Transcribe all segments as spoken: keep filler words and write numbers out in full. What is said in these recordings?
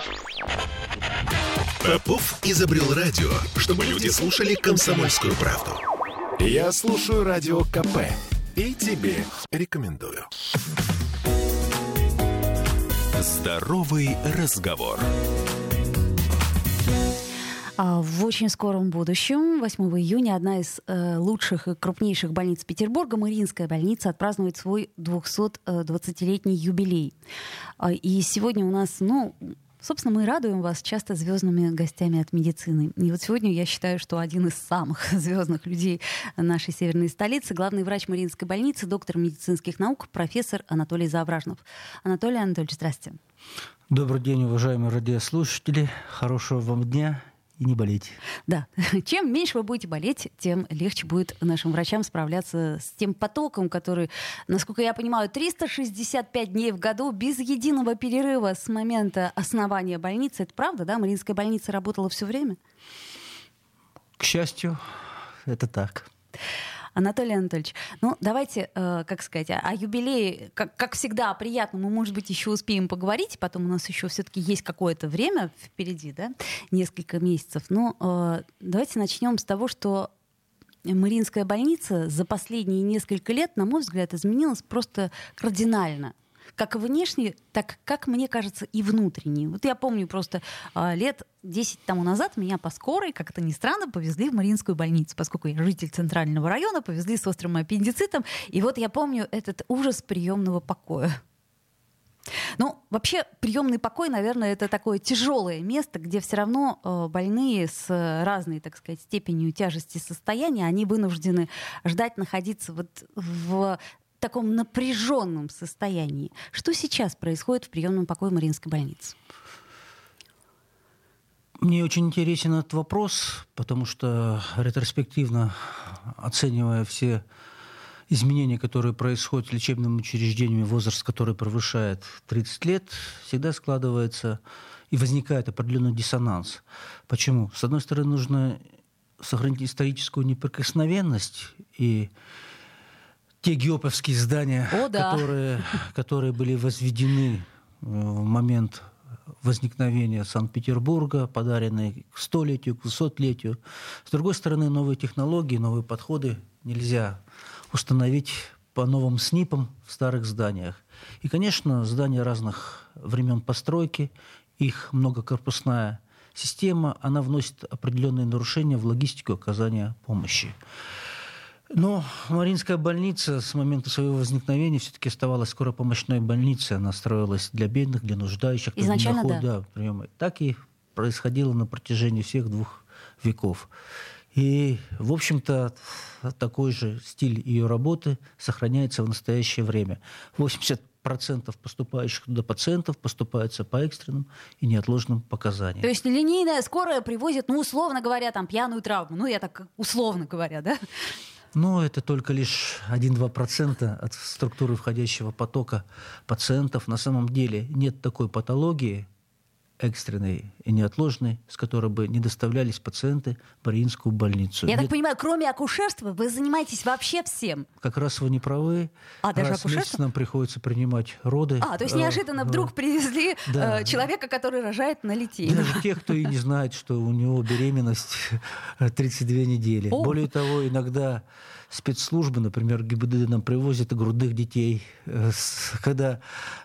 Попов изобрел радио, чтобы люди слушали комсомольскую правду. Я слушаю радио КП и тебе рекомендую. Здоровый разговор. В очень скором будущем, восьмого июня, одна из э, лучших и крупнейших больниц Петербурга, Мариинская больница, отпразднует свой двухсотдвадцатилетний юбилей. И сегодня у нас, ну, собственно, мы радуем вас часто звездными гостями от медицины. И вот сегодня я считаю, что один из самых звездных людей нашей северной столицы, главный врач Мариинской больницы, доктор медицинских наук, профессор Анатолий Завражнов. Анатолий Анатольевич, здрасте. Добрый день, уважаемые радиослушатели. Хорошего вам дня. И не болеть. Да. Чем меньше вы будете болеть, тем легче будет нашим врачам справляться с тем потоком, который, насколько я понимаю, триста шестьдесят пять дней в году без единого перерыва с момента основания больницы. Это правда, да? Мариинская больница работала все время? К счастью, это так. Анатолий Анатольевич, ну давайте, э, как сказать, о, о юбилее, как, как всегда, о приятном мы, может быть, еще успеем поговорить, потом у нас еще все-таки есть какое-то время впереди, да, несколько месяцев. Но э, давайте начнем с того, что Мариинская больница за последние несколько лет, на мой взгляд, изменилась просто кардинально. Как внешне, так, как мне кажется, и внутренне. Вот я помню просто э, лет десять тому назад меня по скорой, как это ни странно, повезли в Мариинскую больницу, поскольку я житель Центрального района, повезли с острым аппендицитом. И вот я помню этот ужас приемного покоя. Ну, вообще, приемный покой, наверное, это такое тяжелое место, где все равно э, больные с разной, так сказать, степенью тяжести состояния, они вынуждены ждать, находиться вот в таком напряженном состоянии. Что сейчас происходит в приемном покое Мариинской больницы? Мне очень интересен этот вопрос, потому что ретроспективно, оценивая все изменения, которые происходят в лечебном учреждении, возраст, который превышает тридцать лет, всегда складывается и возникает определенный диссонанс. Почему? С одной стороны, нужно сохранить историческую неприкосновенность и те геоповские здания, О, да. которые, которые были возведены в момент возникновения Санкт-Петербурга, подаренные к столетию, к двухсотлетию. С другой стороны, новые технологии, новые подходы нельзя установить по новым СНИПам в старых зданиях. И, конечно, здания разных времен постройки, их многокорпусная система, она вносит определенные нарушения в логистику оказания помощи. Но Мариинская больница с момента своего возникновения все-таки оставалась скоропомощной больницей. Она строилась для бедных, для нуждающих. Изначально, доход, да. да приема. Так и происходило на протяжении всех двух веков. И, в общем-то, такой же стиль ее работы сохраняется в настоящее время. восемьдесят процентов поступающих туда пациентов поступаются по экстренным и неотложным показаниям. То есть линейная скорая привозит, ну, условно говоря, там, пьяную травму. Ну, я так условно говоря, да? Но это только лишь один-два процента от структуры входящего потока пациентов. На самом деле нет такой патологии экстренной и неотложной, с которой бы не доставлялись пациенты в Мариинскую больницу. Я нет... так понимаю, кроме акушерства вы занимаетесь вообще всем? Как раз вы не правы. А, даже раз в месяц нам приходится принимать роды. А, то есть неожиданно вдруг привезли да. э, человека, который рожает на Литейном. Даже тех, кто и не знает, что у него беременность тридцать две недели. О. Более того, иногда спецслужбы, например, ГИБДД нам привозят грудных детей, когда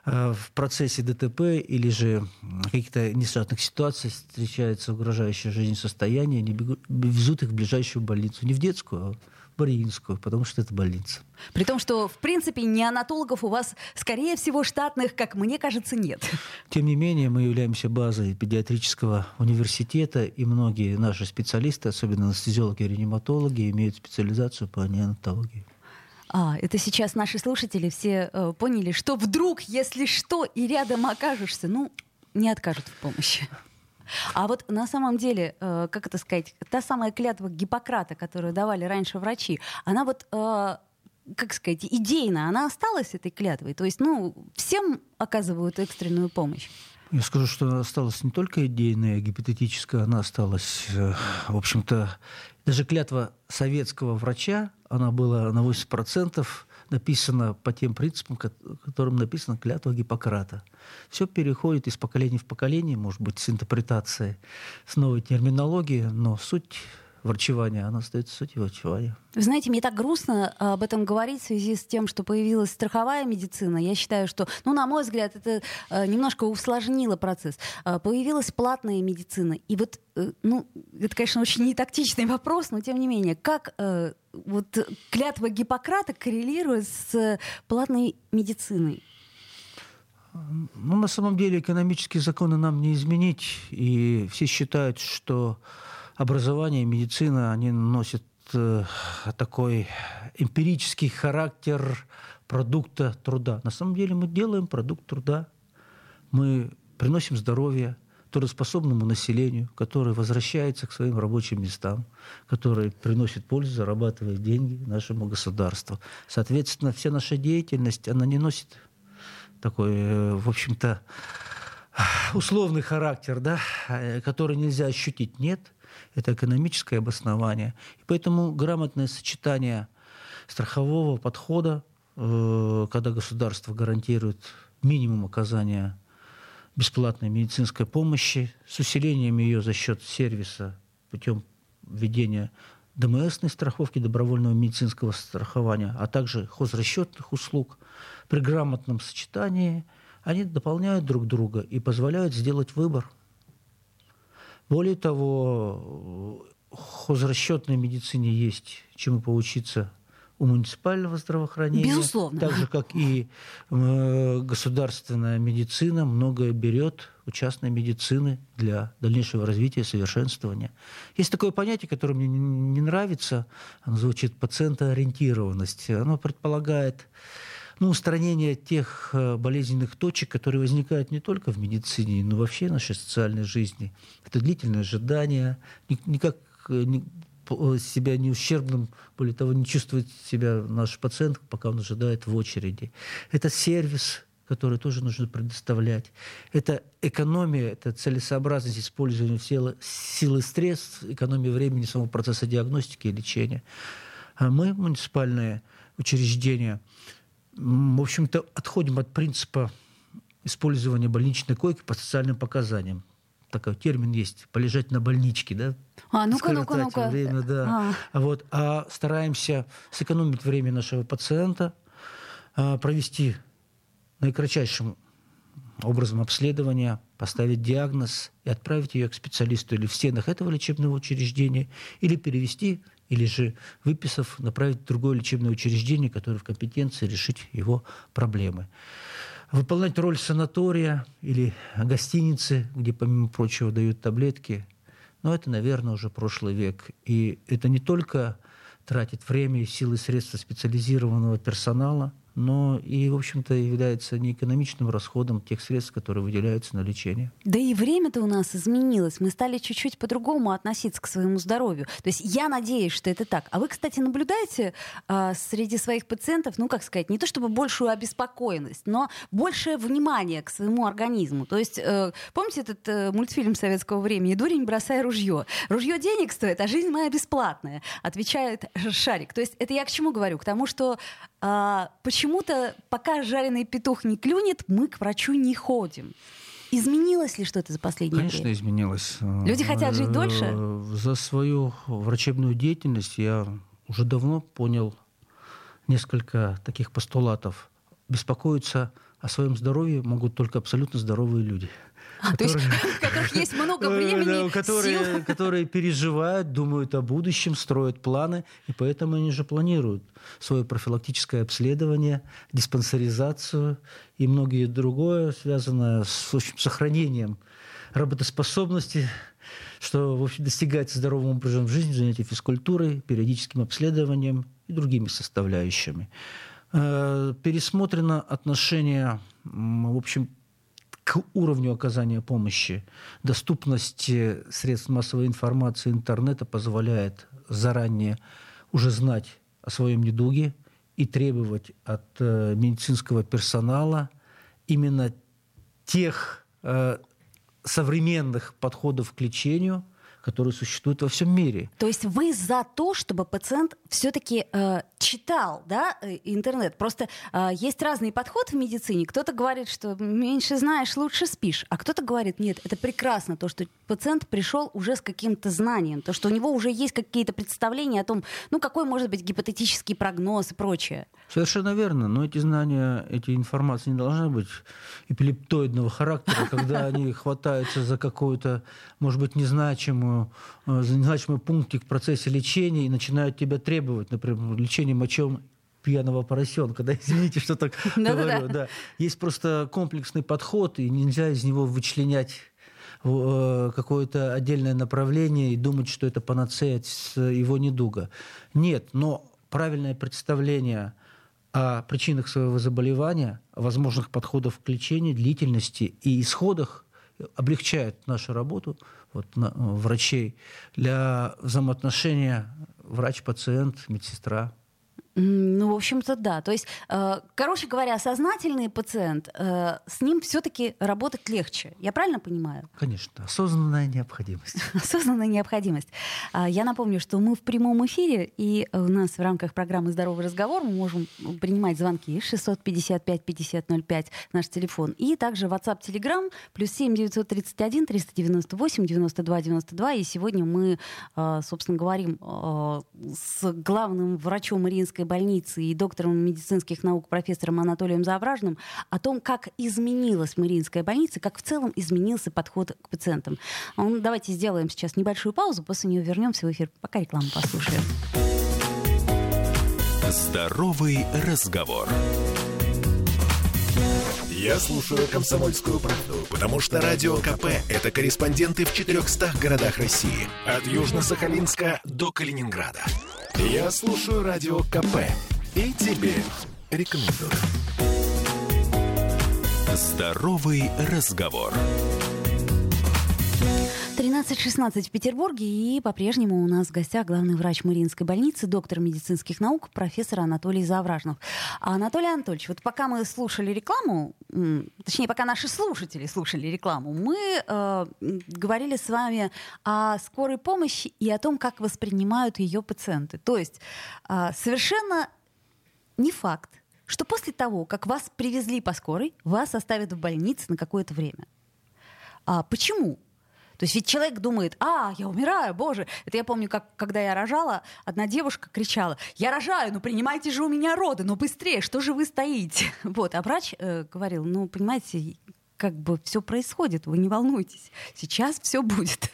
в процессе ДТП или же каких-то несчастных ситуаций встречается угрожающее жизни состояние, они бегут, везут их в ближайшую больницу. Не в детскую, а в Мариинскую, потому что это больница. При том, что, в принципе, неонатологов у вас, скорее всего, штатных, как мне кажется, нет. Тем не менее, мы являемся базой педиатрического университета, и многие наши специалисты, особенно анестезиологи и реаниматологи, имеют специализацию по неонатологии. А, это сейчас наши слушатели все э, поняли, что вдруг, если что, и рядом окажешься, ну, не откажут в помощи. А вот на самом деле, э, как это сказать, та самая клятва Гиппократа, которую давали раньше врачи, она вот, э, как сказать, идейно, она осталась этой клятвой? То есть, ну, всем оказывают экстренную помощь? Я скажу, что она осталась не только идейная, гипотетическая, она осталась, в общем-то, даже клятва советского врача, она была на восемьдесят процентов написано по тем принципам, которым написана клятва Гиппократа. Все переходит из поколения в поколение, может быть, с интерпретацией, с новой терминологией, но суть врачевания, она остается сутью врачевания. Вы знаете, мне так грустно об этом говорить в связи с тем, что появилась страховая медицина. Я считаю, что, ну, на мой взгляд, это э, немножко усложнило процесс. Э, появилась платная медицина. И вот, э, ну, это, конечно, очень нетактичный вопрос, но тем не менее, как э, вот клятва Гиппократа коррелирует с платной медициной? Ну, на самом деле, экономические законы нам не изменить. И все считают, что образование и медицина, они носят э, такой эмпирический характер продукта труда. На самом деле мы делаем продукт труда. Мы приносим здоровье трудоспособному населению, которое возвращается к своим рабочим местам, которое приносит пользу, зарабатывает деньги нашему государству. Соответственно, вся наша деятельность, она не носит такой, э, в общем-то, условный характер, да, который нельзя ощутить. Нет. Это экономическое обоснование. И поэтому грамотное сочетание страхового подхода, э, когда государство гарантирует минимум оказания бесплатной медицинской помощи с усилением ее за счет сервиса путем введения ДМСной страховки, добровольного медицинского страхования, а также хозрасчетных услуг, при грамотном сочетании они дополняют друг друга и позволяют сделать выбор. Более того, в хозрасчетной медицине есть чему поучиться у муниципального здравоохранения. Безусловно. Так же, как и э, государственная медицина многое берет у частной медицины для дальнейшего развития и совершенствования. Есть такое понятие, которое мне не нравится, оно звучит пациентоориентированность. Оно предполагает ну, устранение тех болезненных точек, которые возникают не только в медицине, но вообще в нашей социальной жизни. Это длительное ожидание, никак не, себя не ущербным, более того, не чувствует себя наш пациент, пока он ожидает в очереди. Это сервис, который тоже нужно предоставлять. Это экономия, это целесообразность использования силы, силы средств, экономия времени самого процесса диагностики и лечения. А мы, муниципальные учреждения, в общем-то, отходим от принципа использования больничной койки по социальным показаниям. Такой термин есть – полежать на больничке, да? А, ну-ка, ну-ка, ну-ка. Время, да. А. Вот, а стараемся сэкономить время нашего пациента, провести наикратчайшим образом обследования, поставить диагноз и отправить ее к специалисту или в стенах этого лечебного учреждения, или перевести, или же, выписав, направить в другое лечебное учреждение, которое в компетенции решить его проблемы. Выполнять роль санатория или гостиницы, где, помимо прочего, дают таблетки, но это, наверное, уже прошлый век. И это не только тратит время и силы и средства специализированного персонала, но и, в общем-то, является неэкономичным расходом тех средств, которые выделяются на лечение. Да и время-то у нас изменилось. Мы стали чуть-чуть по-другому относиться к своему здоровью. То есть я надеюсь, что это так. А вы, кстати, наблюдаете э, среди своих пациентов, ну, как сказать, не то чтобы большую обеспокоенность, но большее внимание к своему организму. То есть, э, помните этот э, мультфильм советского времени «Дурень, бросай ружье». Ружье денег стоит, а жизнь моя бесплатная, отвечает Шарик. То есть это я к чему говорю? К тому, что э, почему Почему-то, пока жареный петух не клюнет, мы к врачу не ходим. Изменилось ли что-то за последнее Конечно, время? Конечно, изменилось. Люди хотят жить дольше? За свою врачебную деятельность я уже давно понял несколько таких постулатов. Беспокоиться о своем здоровье могут только абсолютно здоровые люди. А, которые, то есть, у которых есть много времени, да, которые, сил. которые переживают, думают о будущем, строят планы, и поэтому они же планируют свое профилактическое обследование, диспансеризацию и многое другое, связанное с, в общем, сохранением работоспособности, что, в общем, достигается здоровым образом жизни, занятием физкультурой, периодическим обследованием и другими составляющими. Пересмотрено отношение, в общем, к уровню оказания помощи. Доступность средств массовой информации, интернета позволяет заранее уже знать о своем недуге и требовать от э, медицинского персонала именно тех э, современных подходов к лечению, которые существуют во всем мире. То есть вы за то, чтобы пациент все-таки э, читал, да, интернет? Просто э, есть разный подход в медицине. Кто-то говорит, что меньше знаешь, лучше спишь. А кто-то говорит, нет, это прекрасно, то, что пациент пришел уже с каким-то знанием, то, что у него уже есть какие-то представления о том, ну, какой может быть гипотетический прогноз и прочее. Совершенно верно. Но эти знания, эти информации не должны быть эпилептоидного характера, когда они хватаются за какую-то, может быть, незначимую, незначимый пунктик в процессе лечения и начинают тебя требовать, например, лечение мочом пьяного поросенка. Да, извините, что так говорю. Да. Есть просто комплексный подход, и нельзя из него вычленять какое-то отдельное направление и думать, что это панацея от его недуга. Нет, но правильное представление о причинах своего заболевания, о возможных подходах к лечению, длительности и исходах облегчает нашу работу вот, на, врачей для взаимоотношения врач-пациент, медсестра. Ну, в общем-то, да. То есть, э, короче говоря, сознательный пациент, э, с ним все-таки работать легче. Я правильно понимаю? Конечно. Осознанная необходимость. Осознанная необходимость. А, я напомню, что мы в прямом эфире, и у нас в рамках программы «Здоровый разговор» мы можем принимать звонки шестьсот пятьдесят пять пятьдесят ноль пять, наш телефон, и также WhatsApp, Telegram, плюс семь девятьсот тридцать один триста девяносто восемь девяносто два девяносто два. И сегодня мы, э, собственно, говорим э, с главным врачом Мариинской больницы и доктором медицинских наук профессором Анатолием Завражным о том, как изменилась Мариинская больница, как в целом изменился подход к пациентам. Давайте сделаем сейчас небольшую паузу, после нее вернемся в эфир. Пока рекламу послушаем. Здоровый разговор. Я слушаю «Комсомольскую правду», потому что Радио КП – это корреспонденты в четырехстах городах России. От Южно-Сахалинска до Калининграда. Я слушаю Радио КП и тебе рекомендую. Здоровый разговор. тринадцать шестнадцать в Петербурге, и по-прежнему у нас в гостях главный врач Мариинской больницы, доктор медицинских наук, профессор Анатолий Завражнов. А, Анатолий Анатольевич, вот пока мы слушали рекламу, точнее, пока наши слушатели слушали рекламу, мы э, говорили с вами о скорой помощи и о том, как воспринимают ее пациенты. То есть э, совершенно не факт, что после того, как вас привезли по скорой, вас оставят в больнице на какое-то время. А почему? То есть ведь человек думает, а, я умираю, боже. Это я помню, как, когда я рожала, одна девушка кричала, я рожаю, ну принимайте же у меня роды, ну быстрее, что же вы стоите? Вот, а врач э, говорил, ну, понимаете, как бы все происходит, вы не волнуйтесь, сейчас все будет.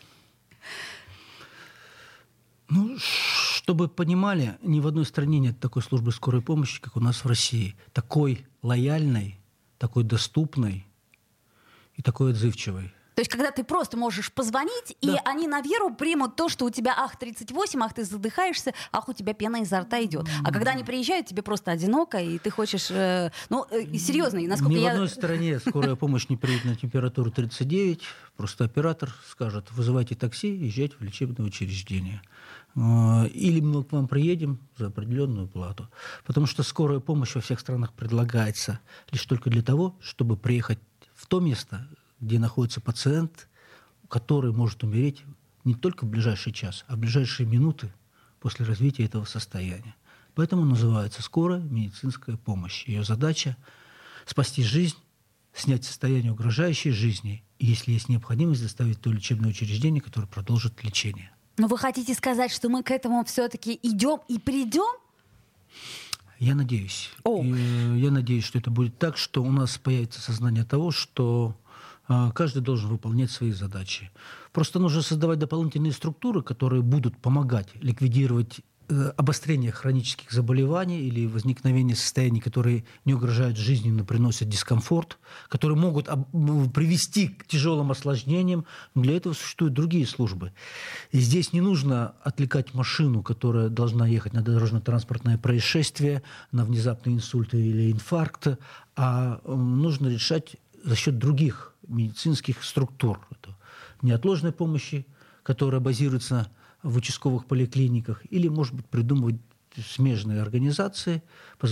Ну, чтобы понимали, ни в одной стране нет такой службы скорой помощи, как у нас в России. Такой лояльной, такой доступной и такой отзывчивой. То есть, когда ты просто можешь позвонить, да. И они на веру примут то, что у тебя ах, тридцать восемь, ах, ты задыхаешься, ах, у тебя пена изо рта идет. А когда они приезжают, тебе просто одиноко, и ты хочешь... Э, ну, э, серьезно, и насколько Ни я... в одной стране скорая помощь не приедет на температуру тридцать девять, просто оператор скажет, вызывайте такси, езжайте в лечебное учреждение. Или мы к вам приедем за определенную плату. Потому что скорая помощь во всех странах предлагается лишь только для того, чтобы приехать в то место, где находится пациент, который может умереть не только в ближайший час, а в ближайшие минуты после развития этого состояния. Поэтому называется скорая медицинская помощь. Ее задача – спасти жизнь, снять состояние угрожающей жизни, и, если есть необходимость, доставить в то лечебное учреждение, которое продолжит лечение. Но вы хотите сказать, что мы к этому все-таки идем и придем? Я надеюсь. Oh. Я надеюсь, что это будет так, что у нас появится сознание того, что каждый должен выполнять свои задачи. Просто нужно создавать дополнительные структуры, которые будут помогать ликвидировать обострение хронических заболеваний или возникновение состояний, которые не угрожают жизни, но приносят дискомфорт, которые могут привести к тяжелым осложнениям. Но для этого существуют другие службы. И здесь не нужно отвлекать машину, которая должна ехать на дорожно-транспортное происшествие, на внезапный инсульт или инфаркт, а нужно решать за счет других медицинских структур. Это неотложной помощи, которая базируется в участковых поликлиниках, или, может быть, придумывать смежные организации,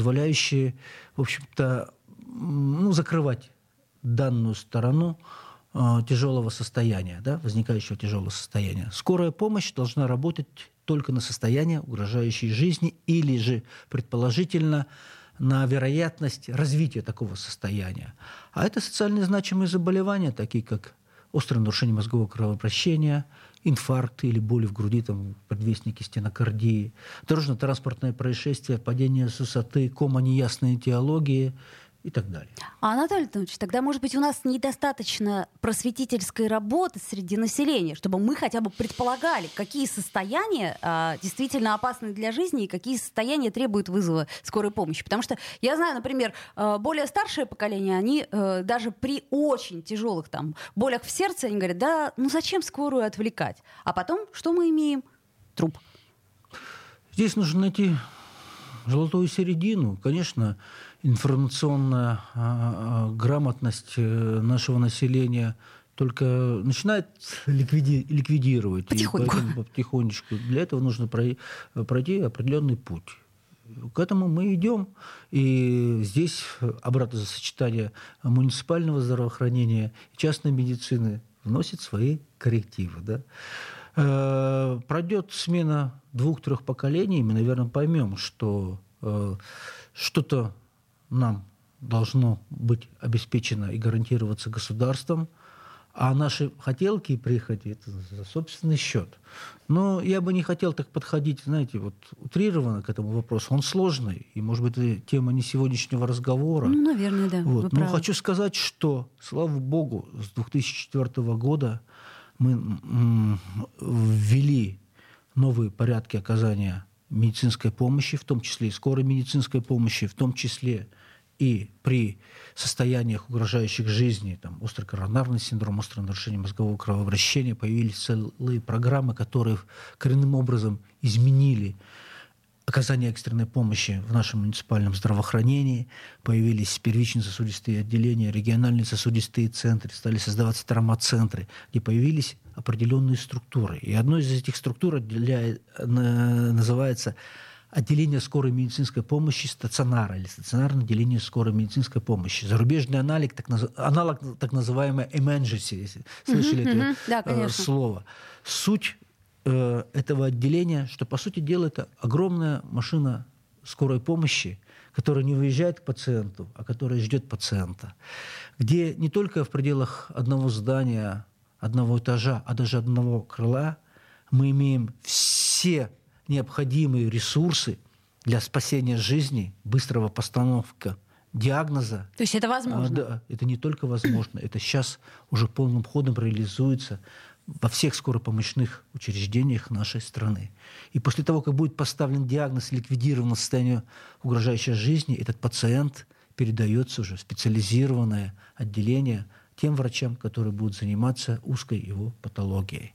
позволяющие, в общем-то, ну, закрывать данную сторону тяжелого состояния, да, возникающего тяжелого состояния. Скорая помощь должна работать только на состояние угрожающей жизни или же, предположительно, на вероятность развития такого состояния. А это социально значимые заболевания, такие как острое нарушение мозгового кровообращения, инфаркт или боли в груди, там, предвестники стенокардии, дорожно-транспортное происшествие, падение с высоты, кома неясной этиологии и так далее. А, Анатолий Анатольевич, тогда, может быть, у нас недостаточно просветительской работы среди населения, чтобы мы хотя бы предполагали, какие состояния а, действительно опасны для жизни и какие состояния требуют вызова скорой помощи. Потому что я знаю, например, более старшее поколение, они э, даже при очень тяжелых там, болях в сердце, они говорят, да, ну зачем скорую отвлекать? А потом, что мы имеем? Труп. Здесь нужно найти золотую середину. Конечно, информационная а, а, грамотность нашего населения только начинает ликвиди- ликвидировать. Потихоньку. И поэтому потихонечку. Для этого нужно пройти, пройти определенный путь. К этому мы идем. И здесь обратное сочетание муниципального здравоохранения и частной медицины вносит свои коррективы. Да? Пройдет смена двух-трех поколений, мы, наверное, поймем, что э, что-то нам должно быть обеспечено и гарантироваться государством, а наши хотелки и прихоти – это за собственный счет. Но я бы не хотел так подходить, знаете, вот утрированно к этому вопросу. Он сложный, и, может быть, это тема не сегодняшнего разговора. Ну, наверное, да. Вот. Но правы. хочу сказать, что, слава богу, с две тысячи четвёртого года мы м- ввели новые порядки оказания медицинской помощи, в том числе и скорой медицинской помощи, в том числе и при состояниях, угрожающих жизни, там, острый коронарный синдром, острое нарушение мозгового кровообращения, появились целые программы, которые коренным образом изменили оказание экстренной помощи в нашем муниципальном здравоохранении. Появились первичные сосудистые отделения, региональные сосудистые центры, стали создаваться травмоцентры, где появились определенные структуры. И одной из этих структур отделяет, называется отделение скорой медицинской помощи стационара или стационарное отделение скорой медицинской помощи. Зарубежный аналог, так, наз... аналог так называемый emergency, если слышали uh-huh, это uh-huh. Да, э, слово. Суть э, этого отделения, что, по сути дела, это огромная машина скорой помощи, которая не выезжает к пациенту, а которая ждет пациента, где не только в пределах одного здания, одного этажа, а даже одного крыла мы имеем все необходимые ресурсы для спасения жизни, быстрого постановка диагноза. То есть это возможно? А, да, это не только возможно, это сейчас уже полным ходом реализуется во всех скоропомощных учреждениях нашей страны. И после того, как будет поставлен диагноз, ликвидировано состояние угрожающей жизни, этот пациент передается уже в специализированное отделение тем врачам, которые будут заниматься узкой его патологией.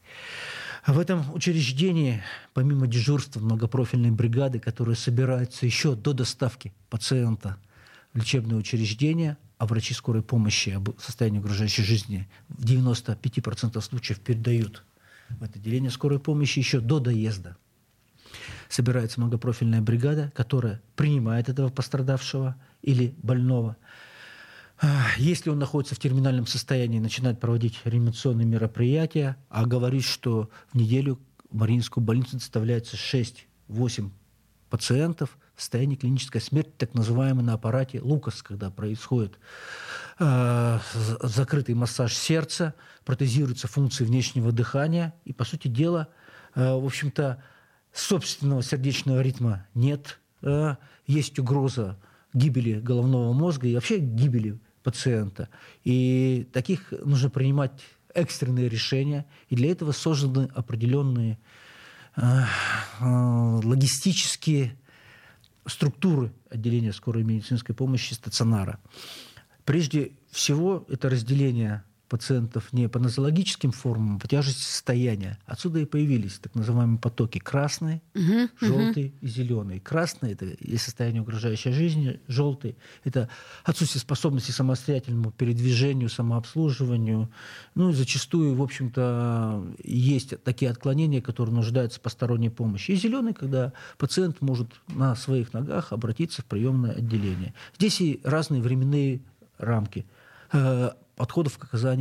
В этом учреждении, помимо дежурства многопрофильной бригады, которая собирается еще до доставки пациента в лечебное учреждение, а врачи скорой помощи об состоянии угрожающей жизни в девяноста пяти процентах случаев передают в это отделение скорой помощи еще до доезда. Собирается многопрофильная бригада, которая принимает этого пострадавшего или больного. Если он находится в терминальном состоянии, начинает проводить реанимационные мероприятия, а говорит, что в неделю в Мариинскую больницу доставляется шесть-восемь пациентов в состоянии клинической смерти, так называемой на аппарате Лукас, когда происходит э, закрытый массаж сердца, протезируются функции внешнего дыхания, и, по сути дела, э, в общем-то, собственного сердечного ритма нет, э, есть угроза гибели головного мозга и вообще гибели пациента. И таких нужно принимать экстренные решения, и для этого созданы определенные э, э, логистические структуры отделения скорой медицинской помощи стационара. Прежде всего, это разделение пациентов не по нозологическим формам, а по тяжести состояния. Отсюда и появились так называемые потоки красный, uh-huh, желтый uh-huh. и зеленый. Красный – это есть состояние угрожающей жизни, желтый – это отсутствие способности к самостоятельному передвижению, самообслуживанию. Ну и зачастую, в общем-то, есть такие отклонения, которые нуждаются в посторонней помощи. И зеленый, когда пациент может на своих ногах обратиться в приемное отделение. Здесь и разные временные рамки подходов к оказанию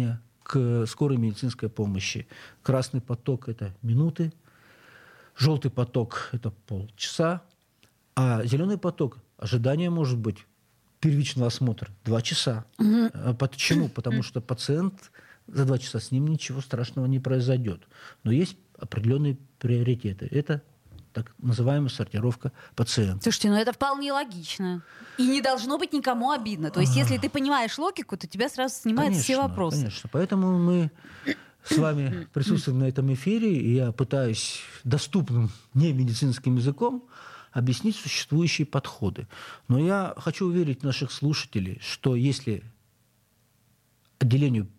к скорой медицинской помощи. Красный поток – это минуты, желтый поток – это полчаса, а зеленый поток – ожидание может быть первичного осмотра два часа. Mm-hmm. Почему? Потому что пациент за два часа с ним ничего страшного не произойдет. Но есть определенные приоритеты. Это так называемая сортировка пациента. Слушайте, ну это вполне логично. И не должно быть никому обидно. То есть, если ты понимаешь логику, то тебя сразу снимают конечно, все вопросы. Конечно. Поэтому мы с вами присутствуем на этом эфире, и я пытаюсь доступным не медицинским языком объяснить существующие подходы. Но я хочу уверить наших слушателей, что если отделению,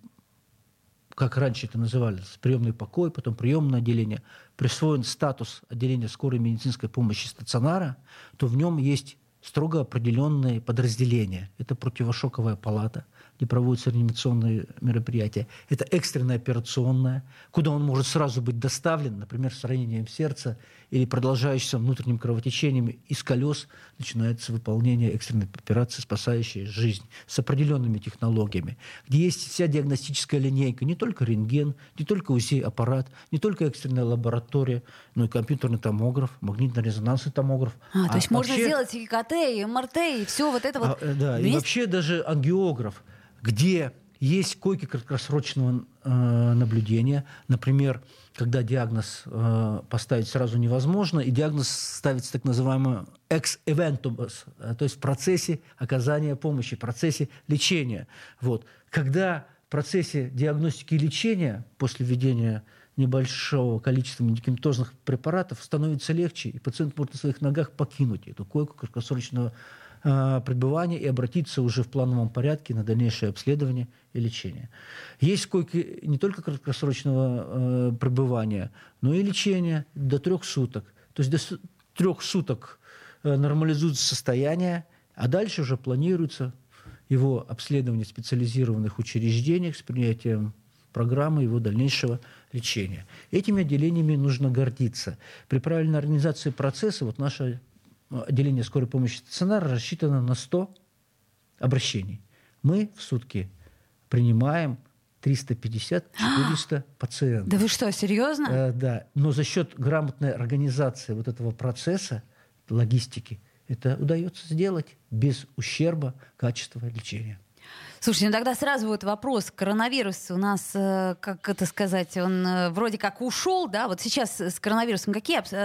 как раньше это называлось, приемный покой, потом приемное отделение, присвоен статус отделения скорой медицинской помощи стационара, то в нем есть строго определенные подразделения. Это противошоковая палата, где проводятся реанимационные мероприятия. Это экстренная операционная, куда он может сразу быть доставлен, например, с ранением сердца или продолжающимся внутренним кровотечением из колес начинается выполнение экстренной операции, спасающей жизнь, с определенными технологиями, где есть вся диагностическая линейка, не только рентген, не только УЗИ-аппарат, не только экстренная лаборатория, но и компьютерный томограф, магнитно-резонансный томограф. А, а то есть вообще, можно сделать и КТ, и МРТ, и все вот это вот. А, да, вместе? и вообще даже ангиограф, где есть койки краткосрочного э, наблюдения. Например, когда диагноз э, поставить сразу невозможно, и диагноз ставится так называемый ex eventus, э, то есть в процессе оказания помощи, в процессе лечения. Вот. Когда в процессе диагностики и лечения, после введения небольшого количества медикаментозных препаратов, становится легче, и пациент может на своих ногах покинуть эту койку краткосрочного пребывания и обратиться уже в плановом порядке на дальнейшее обследование и лечение. Есть койки не только краткосрочного э, пребывания, но и лечения до трех суток. То есть до трех суток э, нормализуется состояние, а дальше уже планируется его обследование в специализированных учреждениях с принятием программы его дальнейшего лечения. Этими отделениями нужно гордиться. При правильной организации процесса вот наша отделение скорой помощи стационара рассчитано на сто обращений. Мы в сутки принимаем триста пятьдесят - четыреста пациентов. Да вы что, серьезно? Э, да. Но за счет грамотной организации вот этого процесса, логистики, это удается сделать без ущерба качества лечения. Слушайте, ну тогда сразу вот вопрос. Коронавирус у нас, э, как это сказать, он э, вроде как ушел, да? Вот сейчас с коронавирусом какие обс-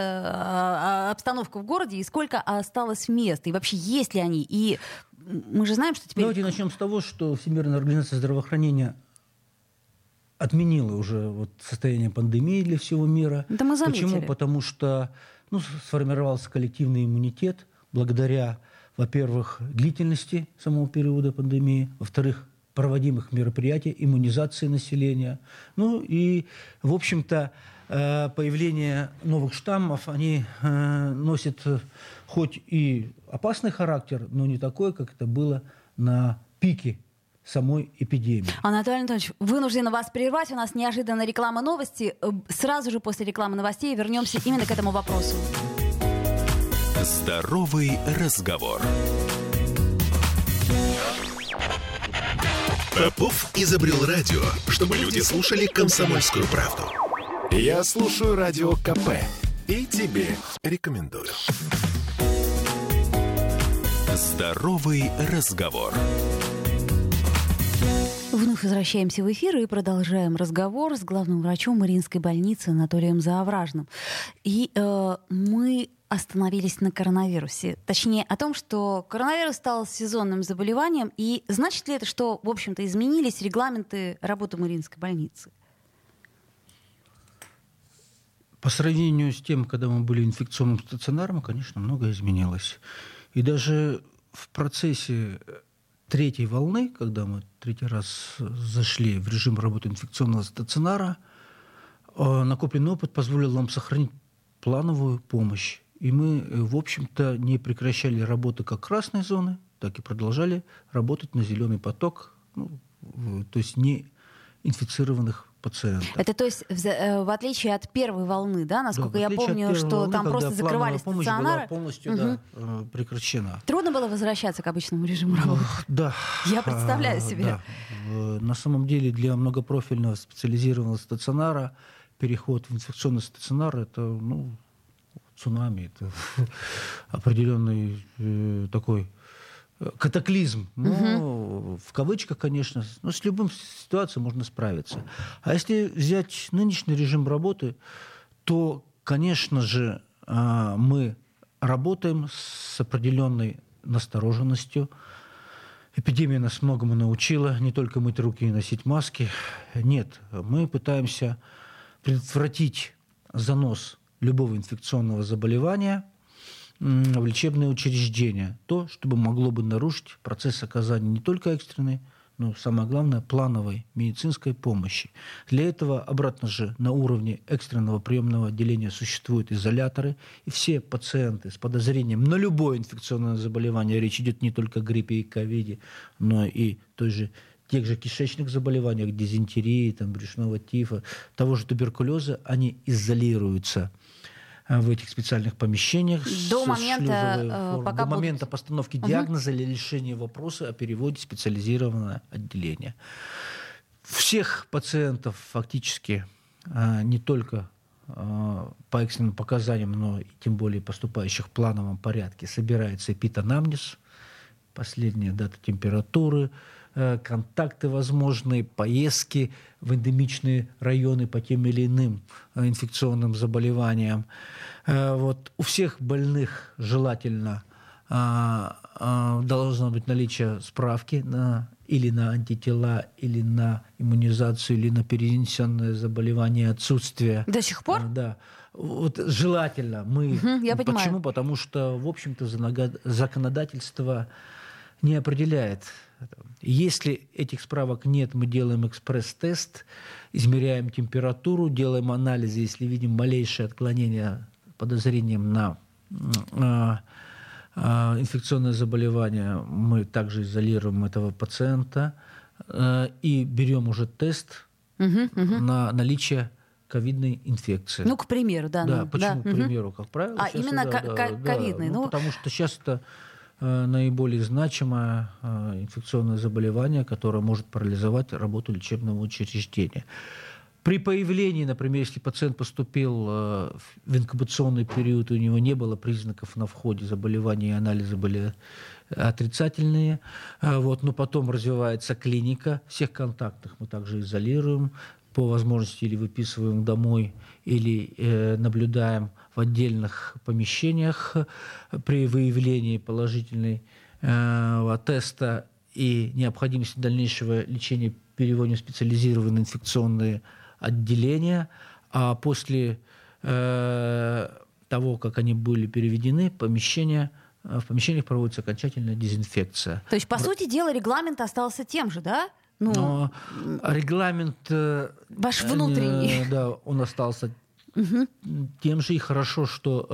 э, обстановка в городе и сколько осталось мест? И вообще есть ли они? И мы же знаем, что теперь... Давайте начнем с того, что Всемирная организация здравоохранения отменила уже вот состояние пандемии для всего мира. Это мы заметили. Почему? Потому что ну, сформировался коллективный иммунитет благодаря, во-первых, длительности самого периода пандемии, во-вторых, проводимых мероприятий, иммунизации населения. Ну и, в общем-то, появление новых штаммов, они носят хоть и опасный характер, но не такой, как это было на пике самой эпидемии. Анатолий Анатольевич, вынуждена вас прервать. У нас неожиданно реклама новости. Сразу же после рекламы новостей вернемся именно к этому вопросу. Здоровый разговор. Попов изобрел радио, чтобы люди слушали «Комсомольскую правду». Я слушаю радио КП и тебе рекомендую. Здоровый разговор. Вновь возвращаемся в эфир и продолжаем разговор с главным врачом Мариинской больницы Анатолием Заовражным. И э, мы остановились на коронавирусе. Точнее, о том, что коронавирус стал сезонным заболеванием. И значит ли это, что, в общем-то, изменились регламенты работы Мариинской больницы? По сравнению с тем, когда мы были инфекционным стационаром, конечно, многое изменилось. И даже в процессе третьей волны, когда мы третий раз зашли в режим работы инфекционного стационара, накопленный опыт позволил нам сохранить плановую помощь. И мы, в общем-то, не прекращали работы как красной зоны, так и продолжали работать на зеленый поток, ну, то есть не инфицированных пациента. Это то есть в, в отличие от первой волны, да, насколько да, я помню, что волны, там просто закрывались стационары. Была полностью угу. да, прекращена. Трудно было возвращаться к обычному режиму работы? Да. Я представляю себе. Да. На самом деле для многопрофильного специализированного стационара переход в инфекционный стационар — это ну, цунами, это определенный э, такой катаклизм. Ну, угу. в кавычках, конечно, но с любым ситуацией можно справиться. А если взять нынешний режим работы, то, конечно же, мы работаем с определенной настороженностью. Эпидемия нас многому научила, не только мыть руки и носить маски. Нет, мы пытаемся предотвратить занос любого инфекционного заболевания в лечебные учреждения. То, чтобы могло бы нарушить процесс оказания не только экстренной, но, самое главное, плановой медицинской помощи. Для этого, обратно же, на уровне экстренного приемного отделения существуют изоляторы, и все пациенты с подозрением на любое инфекционное заболевание, речь идет не только о гриппе и ковиде, но и той же, тех же кишечных заболеваниях, дизентерии, там, брюшного тифа, того же туберкулеза, они изолируются в этих специальных помещениях до момента, форм, пока до момента будут... постановки угу. диагноза или решения вопроса о переводе в специализированное отделение. Всех пациентов фактически не только по экстренным показаниям, но и тем более поступающих в плановом порядке собирается эпиданамнез, последняя дата температуры, контакты возможные, поездки в эндемичные районы по тем или иным инфекционным заболеваниям. Вот. У всех больных желательно должно быть наличие справки на, или на антитела, или на иммунизацию, или на перенесенное заболевание, отсутствие. До сих пор? Да. Вот желательно. Мы, угу, я почему? понимаю. Потому что, в общем-то, законодательство не определяет. Если этих справок нет, мы делаем экспресс-тест, измеряем температуру, делаем анализы, если видим малейшее отклонение подозрением на э, э, инфекционное заболевание, мы также изолируем этого пациента э, и берем уже тест угу, угу. на наличие ковидной инфекции. Ну, к примеру, да. Да, ну, почему, да. к примеру, как правило. А именно да, к- да, к- ковидный. Да, ну, ну... Потому что сейчас это э, наиболее значимое э, инфекционное заболевание, которое может парализовать работу лечебного учреждения. При появлении, например, если пациент поступил э, в инкубационный период, у него не было признаков на входе заболевания, и анализы были отрицательные, э, вот, но потом развивается клиника, всех контактных мы также изолируем, по возможности или выписываем домой, или э, наблюдаем в отдельных помещениях при выявлении положительного э, теста и необходимости дальнейшего лечения переводим в специализированные инфекционные отделения, а после э, того, как они были переведены, помещения, в помещениях проводится окончательная дезинфекция. То есть, по Бр... сути дела, регламент остался тем же, да? Ну, но регламент ваш внутренний, э, да, он остался угу. тем же, и хорошо, что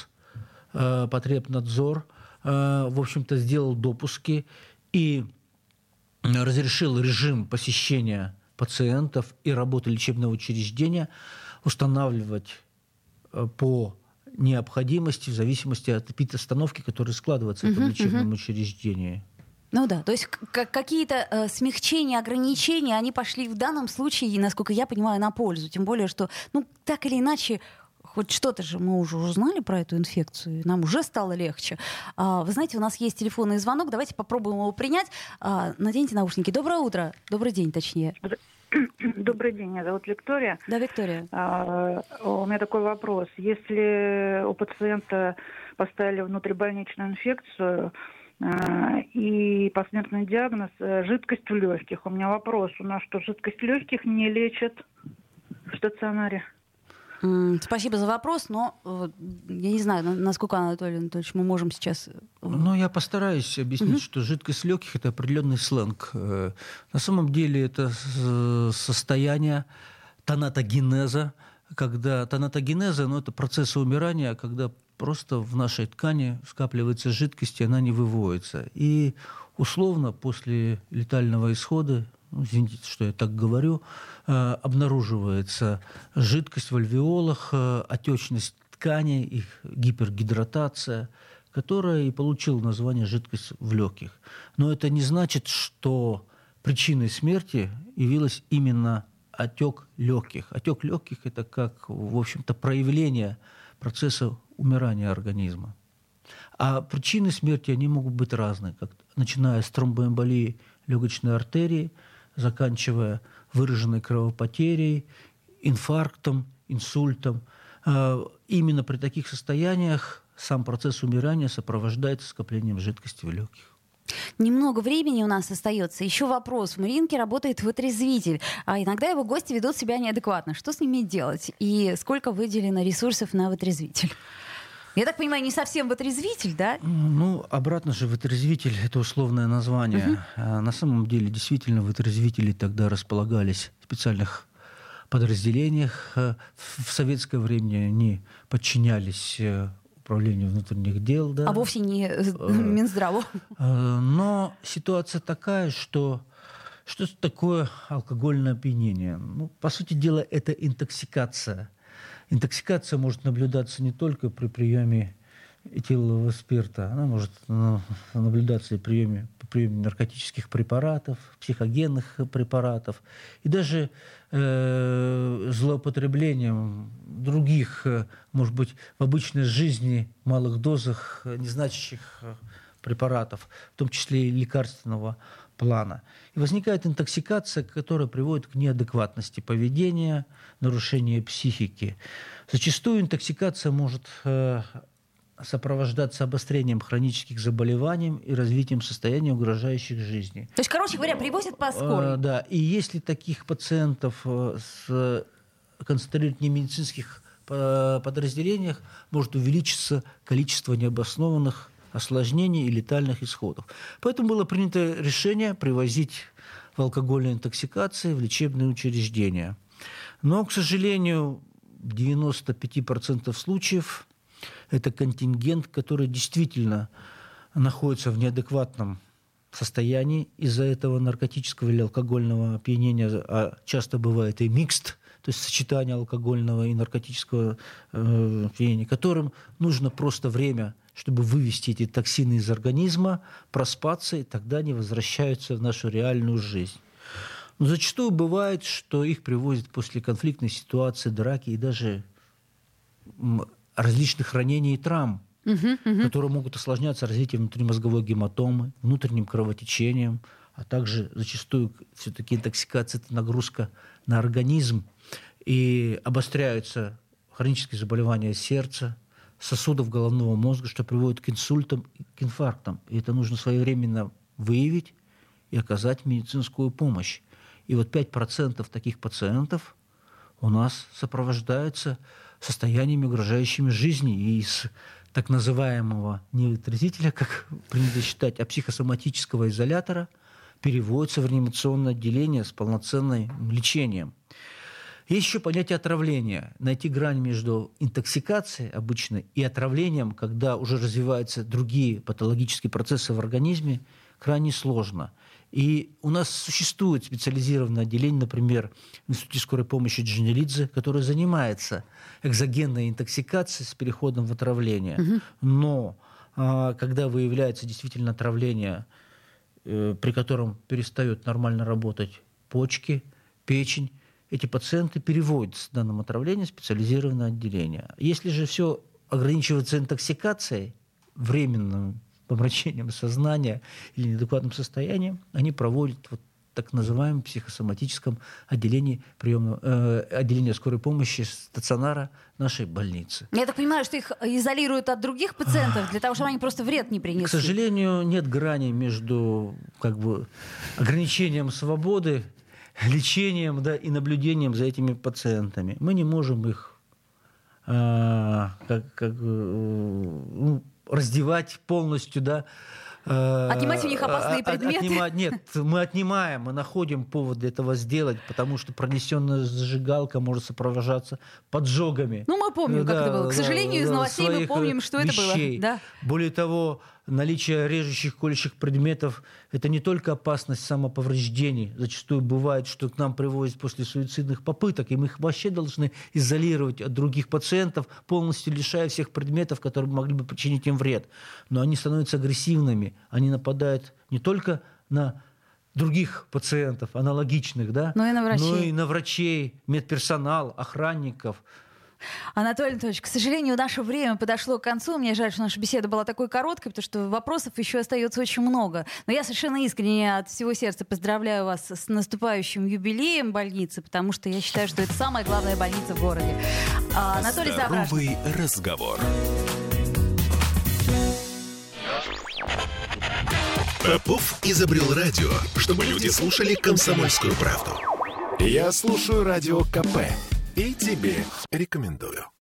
Роспотребнадзор, э, в общем-то, сделал допуски и разрешил режим посещения пациентов и работы лечебного учреждения устанавливать э, по необходимости в зависимости от эпидостановки, которая складывается угу, в этом лечебном угу. учреждении. Ну да, то есть к- какие-то э, смягчения, ограничения, они пошли в данном случае, насколько я понимаю, на пользу. Тем более, что, ну, так или иначе, хоть что-то же мы уже узнали про эту инфекцию, нам уже стало легче. А, вы знаете, у нас есть телефонный звонок, давайте попробуем его принять. А, наденьте наушники. Доброе утро. Добрый день, точнее. Добрый день, меня зовут Виктория. Да, Виктория. А, у меня такой вопрос. Если у пациента поставили внутрибольничную инфекцию, и посмертный диагноз – жидкость в легких. У меня вопрос. У нас что, жидкость легких не лечат в стационаре? Спасибо за вопрос, но я не знаю, насколько, Анатолий Анатольевич, мы можем сейчас... Ну, я постараюсь объяснить, mm-hmm. что жидкость легких – это определенный сленг. На самом деле это состояние тонатогенеза, когда тонатогенеза, ну, это процесс умирания, когда просто в нашей ткани скапливается жидкость, и она не выводится. И условно после летального исхода извините, что я так говорю, обнаруживается жидкость в альвеолах, отечность тканей, их гипергидратация, которая и получила название жидкость в легких. Но это не значит, что причиной смерти явилась именно отек легких. Отек легких – это как, в общем-то, проявление процесса умирания организма. А причины смерти, они могут быть разные, как, начиная с тромбоэмболии легочной артерии, заканчивая выраженной кровопотерей, инфарктом, инсультом. Именно при таких состояниях сам процесс умирания сопровождается скоплением жидкости в легких. Немного времени у нас остается. Еще вопрос. В Мариинке работает вытрезвитель, а иногда его гости ведут себя неадекватно. Что с ними делать? И сколько выделено ресурсов на вытрезвитель? Я так понимаю, не совсем вытрезвитель, да? Ну, обратно же, вытрезвитель – это условное название. Угу. А на самом деле, действительно, вытрезвители тогда располагались в специальных подразделениях. В советское время они подчинялись управлению внутренних дел. Да. А вовсе не Минздраву. Но ситуация такая, что что такое алкогольное опьянение? Ну, по сути дела, это интоксикация. Интоксикация может наблюдаться не только при приеме этилового спирта, она может наблюдаться и при приеме, при приеме наркотических препаратов, психогенных препаратов, и даже э, злоупотреблением других, может быть, в обычной жизни малых дозах незначащих препаратов, в том числе и лекарственного плана. И возникает интоксикация, которая приводит к неадекватности поведения, нарушению психики. Зачастую интоксикация может э, сопровождаться обострением хронических заболеваний и развитием состояний, угрожающих жизни. То есть, короче говоря, привозят по скорой. Э, да, и если таких пациентов э, с, концентрируют в немедицинских э, подразделениях, может увеличиться количество необоснованных осложнений и летальных исходов. Поэтому было принято решение привозить в алкогольной интоксикации в лечебные учреждения. Но, к сожалению, в девяноста пяти процентах случаев это контингент, который действительно находится в неадекватном состоянии из-за этого наркотического или алкогольного опьянения, а часто бывает и микст, то есть сочетание алкогольного и наркотического э, опьянения, которым нужно просто время, чтобы вывести эти токсины из организма, проспаться, и тогда они возвращаются в нашу реальную жизнь. Но зачастую бывает, что их привозят после конфликтной ситуации, драки и даже различных ранений и травм, uh-huh, uh-huh. которые могут осложняться развитием внутримозговой гематомы, внутренним кровотечением, а также зачастую все-таки интоксикация – это нагрузка на организм, и обостряются хронические заболевания сердца, сосудов головного мозга, что приводит к инсультам и к инфарктам. И это нужно своевременно выявить и оказать медицинскую помощь. И вот пять процентов таких пациентов у нас сопровождаются состояниями, угрожающими жизни. И из так называемого не вытрезвителя, как принято считать, а психосоматического изолятора переводятся в реанимационное отделение с полноценным лечением. Есть еще понятие отравления. Найти грань между интоксикацией обычной и отравлением, когда уже развиваются другие патологические процессы в организме, крайне сложно. И у нас существует специализированное отделение, например, в Институте скорой помощи Дженеридзе, которое занимается экзогенной интоксикацией с переходом в отравление. Угу. Но а, когда выявляется действительно отравление, э, при котором перестают нормально работать почки, печень, эти пациенты переводятся в данном отравлении в специализированное отделение. Если же все ограничивается интоксикацией, временным помрачением сознания или неадекватным состоянием, они проводят вот так называемом психосоматическом отделении, приемного, э, отделения скорой помощи стационара нашей больницы. Я так понимаю, что их изолируют от других пациентов для того, чтобы они просто вред не принесли. К сожалению, нет грани между как бы, ограничением свободы, лечением, да, и наблюдением за этими пациентами. Мы не можем их э, как, как, э, ну, раздевать полностью, да. Э, отнимать у них опасные от, предметы? Отнимать, нет, мы отнимаем, мы находим повод для этого сделать, потому что пронесенная зажигалка может сопровождаться поджогами. Ну, мы помним, да, как это было. К сожалению, да, из новостей мы помним, что вещей. это было. Да. Более того, наличие режущих, колющих предметов – это не только опасность самоповреждений. Зачастую бывает, что к нам привозят после суицидных попыток, и мы их вообще должны изолировать от других пациентов, полностью лишая всех предметов, которые могли бы причинить им вред. Но они становятся агрессивными, они нападают не только на других пациентов, аналогичных, да, но и на врачей, но и на врачей, медперсонал, охранников. Анатолий Анатольевич, к сожалению, наше время подошло к концу. Мне жаль, что наша беседа была такой короткой, потому что вопросов еще остается очень много. Но я совершенно искренне от всего сердца поздравляю вас с наступающим юбилеем больницы, потому что я считаю, что это самая главная больница в городе. А, Анатолий Забрашный. Здоровый разговор. Попов изобрел радио, чтобы люди слушали «Комсомольскую правду». Я слушаю радио ка пэ и тебе рекомендую.